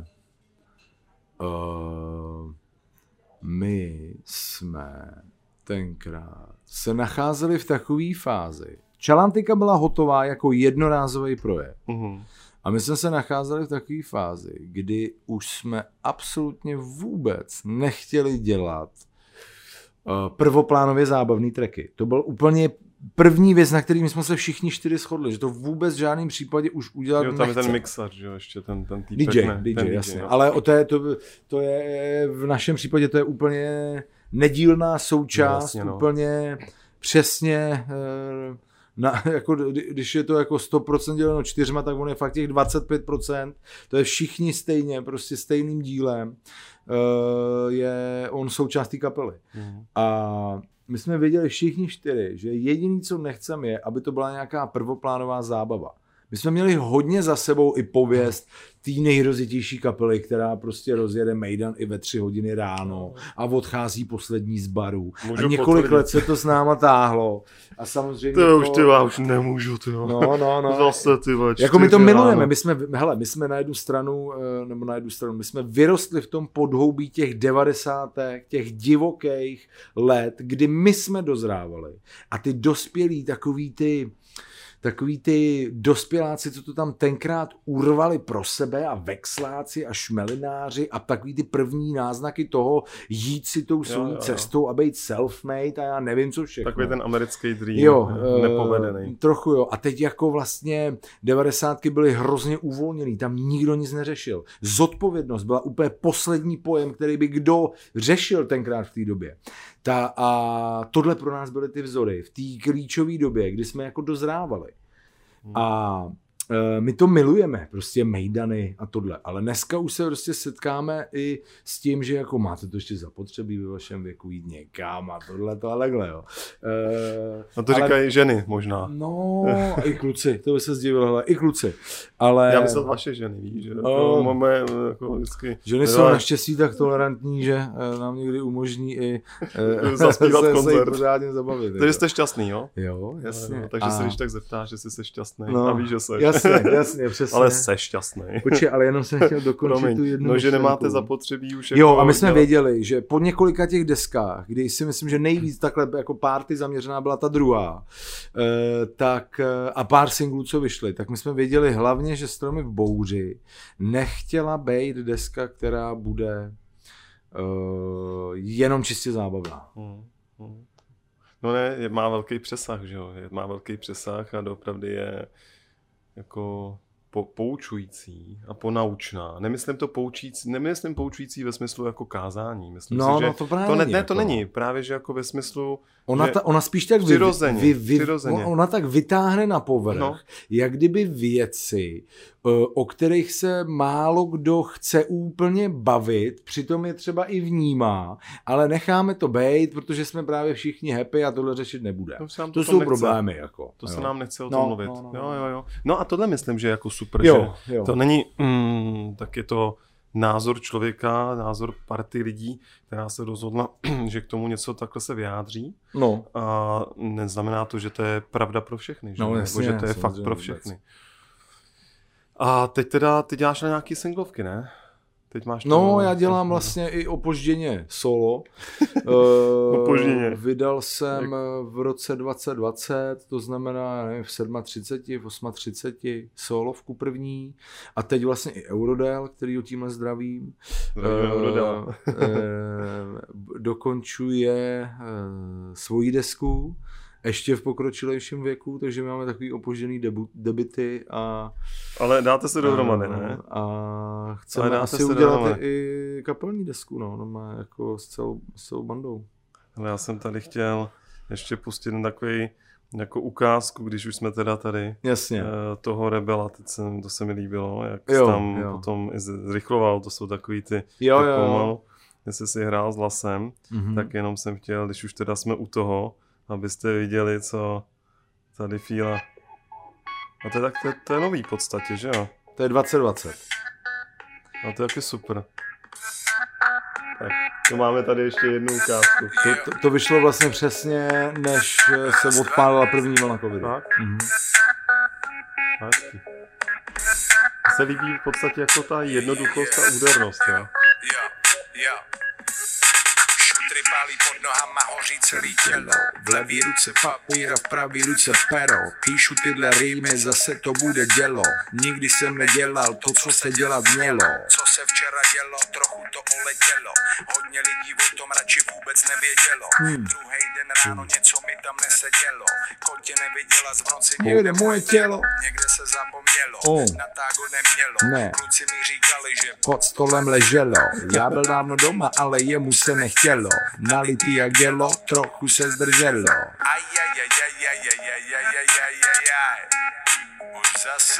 my jsme tenkrát se nacházeli v takové fázi. Čalantika byla hotová jako jednorázový projekt. Uh-huh. A my jsme se nacházeli v takové fázi, kdy už jsme absolutně vůbec nechtěli dělat prvoplánově zábavné tracky. To byl úplně první věc, na který jsme se všichni 4 shodli, že to vůbec v žádném případě už udělat nechce. Tam je ten mixař, že jo, ještě ten týpek. DJ, jasně. No. Ale to je v našem případě to je úplně nedílná součást, vlastně, no. Úplně přesně, jako, když je to jako 100% děleno 4, tak on je fakt těch 25%, to je všichni stejně, prostě stejným dílem, je on součást té kapely. A my jsme věděli všichni 4, že jediný, co nechceme, je, aby to byla nějaká prvoplánová zábava. My jsme měli hodně za sebou i pověst té nejhrozitější kapely, která prostě rozjede mejdan i ve 3 hodiny ráno a odchází poslední z baru. A několik let se to s náma táhlo. A samozřejmě já už nemůžu, ty jo. No. Zase, ty vač, jako my to milujeme. My jsme na jednu stranu, my jsme vyrostli v tom podhoubí těch 90. těch divokých let, kdy my jsme dozrávali. A ty dospělí takový ty takový ty dospěláci, co to tam tenkrát urvali pro sebe a vexláci a šmelináři a takový ty první náznaky toho jít si tou svou cestou a být self-made a já nevím co všechno. Takový ten americký dream, nepovedený. Trochu jo. A teď jako vlastně 90. byly hrozně uvolněný, tam nikdo nic neřešil. Zodpovědnost byla úplně poslední pojem, který by kdo řešil tenkrát v té době. A tohle pro nás byly ty vzory v té klíčové době, kdy jsme jako dozrávali. A my to milujeme, prostě mejdany a tohle, ale dneska už se prostě setkáme i s tím, že jako máte to ještě zapotřebí ve vašem věku jít někam a tohle to a takhle, jo. No to říkají ženy možná. No, i kluci, to by se zdivil, hele, i kluci, ale... Já myslel vaše ženy, víš, že máme jako vždycky... Ženy jsou naštěstí tak tolerantní, že nám někdy umožní i zaspívat koncert. Se pořádně zabavit. Takže jste šťastný, jo? Jo, jasně. No, takže se když tak zeptáš, že jsi šťastný no, a víš, že seš. Jasně, přesně. Ale jsi šťastný. Počkej, ale jenom jsem chtěl dokončit tu jednu no, že myšlenku. nemáte zapotřebí už jako... Jo, a my jsme věděli, že po několika těch deskách, kdy si myslím, že nejvíc takhle jako party zaměřená byla ta druhá, tak a pár singlů, co vyšly, tak my jsme věděli hlavně, že Stromy v bouři nechtěla být deska, která bude jenom čistě zábavná. No ne, má velký přesah, že jo, má velký přesah a doopravdy je jako poučující a ponaučná. Nemyslím poučující ve smyslu jako kázání. Myslím si, že to právě není. To není. Právě, že jako ve smyslu... Ona spíš tak přirozeně. Ona tak vytáhne na povrch, jak kdyby věci, o kterých se málo kdo chce úplně bavit, přitom je třeba i vnímá, ale necháme to bejt, protože jsme právě všichni happy a tohle řešit nebude. To jsou problémy. Jako. To se nám nechce o tom mluvit. Jo. No a tohle myslím, že je jako super, že to není, tak je to názor člověka, názor party lidí, která se rozhodla, že k tomu něco takhle se vyjádří. No. A neznamená to, že to je pravda pro všechny, že? Nebo že to je fakt pro všechny. A teď ty děláš na nějaký singlovky, ne? Teď máš já dělám vlastně i opožděně solo. Opožděně. Vydal jsem v roce 2020, to znamená nevím, v 37, v 38 solovku první a teď vlastně i Eurodel, kterýho tímhle zdravím. Dokončuje svoji desku ještě v pokročilejším věku, takže máme takový opožděný debuty a... Ale dáte se dohromady, ne? A chceme asi udělat i kapelní desku, no má jako s celou bandou. Ale já jsem tady chtěl ještě pustit takový jako ukázku, když už jsme teda tady. Jasně. Toho Rebela, to se mi líbilo, jak tam potom i zrychloval, to jsou takový ty pomalu, jestli si hrál s Lasem, tak jenom jsem chtěl, když už teda jsme u toho, abyste viděli, co tady Fíla. A to je nový v podstatě, že jo? To je 2020. A to je taky super. Tak, to máme tady ještě jednu ukázku. To vyšlo vlastně přesně, než se odpálila první vlna covidu. Tak? Hezky. Mně se líbí v podstatě jako ta jednoduchost a údernost, jo? Pálí pod nohama, hoří celý tělo. V levý ruce papír a v pravý ruce pero. Píšu tyhle rýmy, zase to bude dělo. Nikdy jsem nedělal to, co se dělat mělo. Co se včera dělo, trochu to oletělo. Hodně lidí o tom radši vůbec nevědělo. Druhej den ráno něco mi tam nesedělo. Kotě neviděla z noci někde moje tělo. Někde se zapomnělo, na tágo nemělo. Kluci mi říkali, že pod stolem leželo. Já byl dávno doma, ale jemu se nechtělo. Nalitý jak jelo, trochu se zdrželo. Už zase.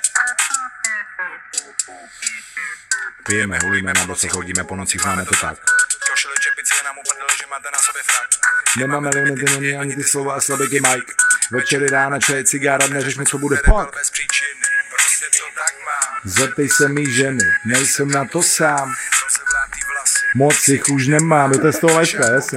Pijeme, hulíme, na boce chodíme, po nocích máme to tak. Košile čepice nám upadl, že máte na sobě frak. Nemáme limity, ani ty slova a slabiky Mike. Večery rána, čaj, cigára, neřešme, co bude pak. Bez příčiny, prostě to tak mám. Zeptej se mi ženy, nejsem na to sám. Moc jich už nemám, to je z toho Leška, jasně.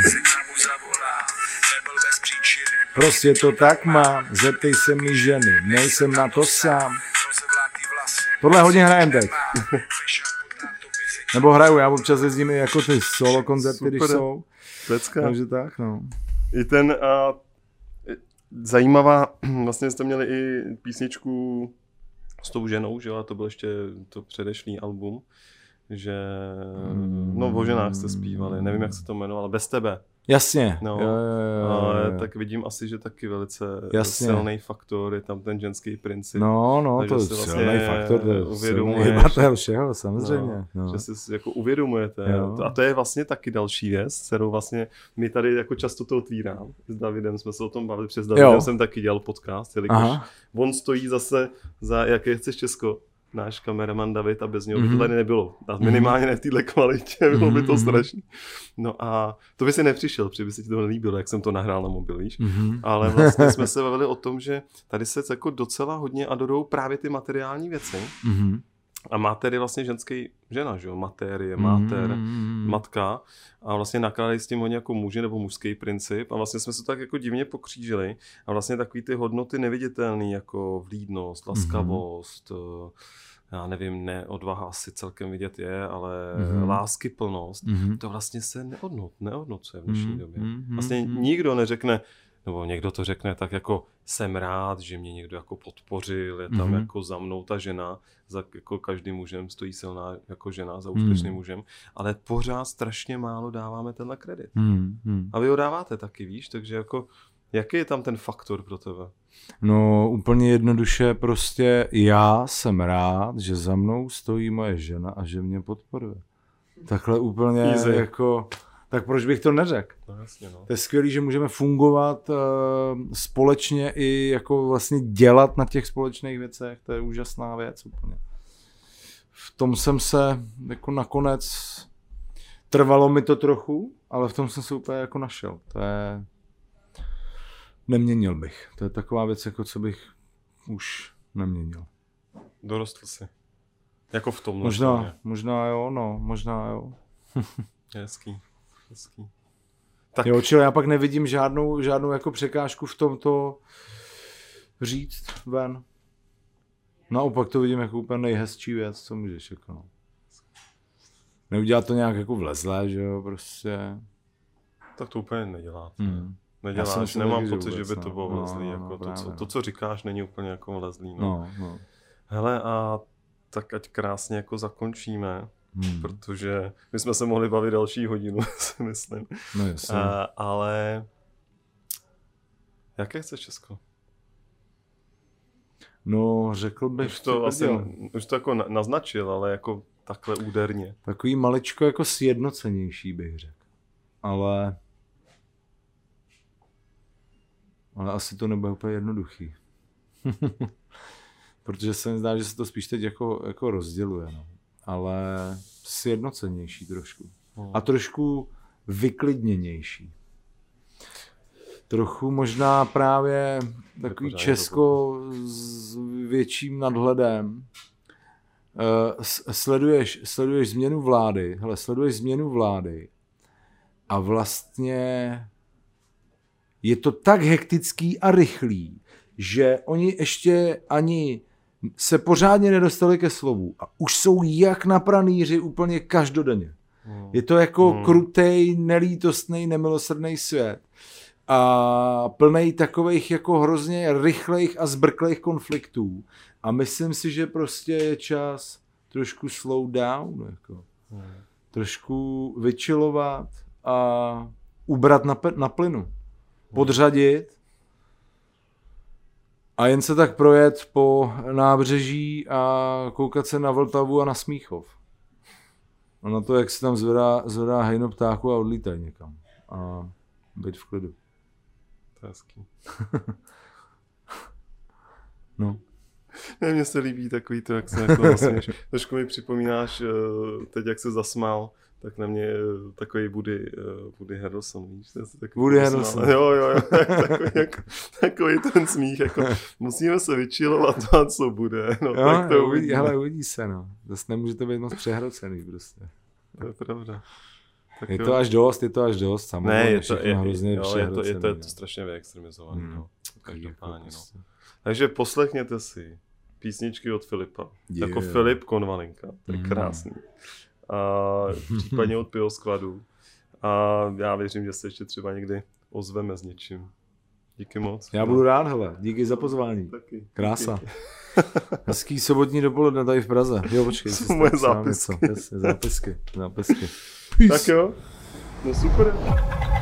Prostě to tak mám, zeptej se mi ženy, nejsem na to sám. Tohle hodně hrajem teď. Nebo hraju, já občas jezdím i jako ty solo koncerty, když jsou. Pecka. Takže tak, no. I ten, zajímavá, vlastně jste měli i písničku s tou ženou, že jo, a to byl ještě to předešlý album, že, no o ženách jste zpívali, nevím, jak se to jmenovalo, Bez tebe. Jasně. No, jo. Tak vidím asi, že taky velice Jasně. silný faktor, je tam ten ženský princip. No, takže to je si silný faktor, to je uvědomuješ, hybatel všeho, samozřejmě. No. Že si jako uvědomujete. Jo. A to je vlastně taky další věc, kterou vlastně my tady jako často to otvírám. S Davidem jsme se o tom bavili, přes Davidem jsem taky dělal podcast, jelikož on stojí zase za Jaké chceš Česko, náš kameraman David, a bez něho by to tady nebylo. A minimálně ne v této kvalitě, bylo by to strašný. No a to by si nepřišel, protože by se ti to nelíbilo, jak jsem to nahrál na mobil, víš. Ale vlastně jsme se bavili o tom, že tady se jako docela hodně adorujou právě ty materiální věci. A mater je vlastně ženský žena, že jo? Mater je mater, matka. A vlastně nakládají s tím hodně jako muži nebo mužský princip. A vlastně jsme se tak jako divně pokřížili. A vlastně takový ty hodnoty neviditelný, jako vlídnost, laskavost, já nevím, ne, odvaha asi celkem vidět je, ale láskyplnost, to vlastně se neodnocuje v dnešní době. Vlastně nikdo neřekne, nebo někdo to řekne tak jako jsem rád, že mě někdo jako podpořil, je tam jako za mnou ta žena, za jako každým mužem stojí silná jako žena za úspěšným mužem, ale pořád strašně málo dáváme tenhle kredit. A vy ho dáváte taky, víš, takže jako jaký je tam ten faktor pro tebe? No úplně jednoduše prostě já jsem rád, že za mnou stojí moje žena a že mě podporuje. Takhle úplně easy. Jako... Tak proč bych to neřekl? No, jasně, no. To je skvělý, že můžeme fungovat společně i jako vlastně dělat na těch společných věcech. To je úžasná věc úplně. V tom jsem se jako nakonec, trvalo mi to trochu, ale v tom jsem se úplně jako našel. To je, neměnil bych. To je taková věc, jako co bych už neměnil. Dorostl jsi. Jako v tomhle. Možná jo, no, možná jo. Hezký. Tak. Jo, čili já pak nevidím žádnou jako překážku v tomto říct ven. Naopak to vidím jako úplně nejhezčí věc, co můžeš jako no. Neudělat to nějak jako vlezlé, že jo, prostě. Tak to úplně neděláte. Neděláš, nemám pocit, že by to bylo vlezlý, jako to, co říkáš, není úplně jako vlezlý. No. Hele, a tak ať krásně jako zakončíme. Protože my jsme se mohli bavit další hodinu, si myslím. No jasně. Ale jaké chceš Česko? No řekl bych... Už to jako naznačil, ale jako takhle úderně. Takový maličko jako sjednocenější bych řekl. Ale asi to nebude úplně jednoduchý. Protože se mi zdá, že se to spíš teď jako rozděluje. No. Ale sjednocenější trošku. A trošku vyklidněnější. Trochu možná právě takový Česko s větším nadhledem. Sleduješ změnu vlády. Hele, sleduješ změnu vlády a vlastně je to tak hektický a rychlý, že oni ještě ani se pořádně nedostali ke slovu a už jsou jak na pranýři úplně každodenně. Je to jako krutej, nelítostný, nemilosrdný svět a plnej takových jako hrozně rychlejch a zbrklejch konfliktů a myslím si, že prostě je čas trošku slow down, jako. Trošku vychillovat a ubrat na plynu, podřadit a jen se tak projet po nábřeží a koukat se na Vltavu a na Smíchov. A na to, jak se tam zvedá hejno ptáku a odlítají někam. A být v klidu. To je hezký. No. Ne, mně se líbí takový to, jak se jako zasměš. Trošku mi připomínáš teď, jak se zasmál, tak na mě takový Woody Harrelson, víš? Woody Harrelson. Jo, takový ten smích, jako musíme se vychillovat a co bude. No, jo, tak to uvidí se, no. Zase nemůže to být moc přehrocený prostě. To je pravda. Tak je to až dost, samozřejmě. Ne, je to strašně vyextremizovaný, no. Každopádně, no. Takže poslechněte si písničky od Filipa. Yeah. Jako Filip Konvalinka, to je krásný. A případně od Pivoskladu. A já věřím, že se ještě třeba někdy ozveme s něčím. Díky moc. Já budu rád, hele. Díky za pozvání. Taky. Krása. Hezký sobotní dopoledne tady v Praze. Jo, počkej. Jsou moje zápisky. Jasně, zápisky. Tak jo, no super.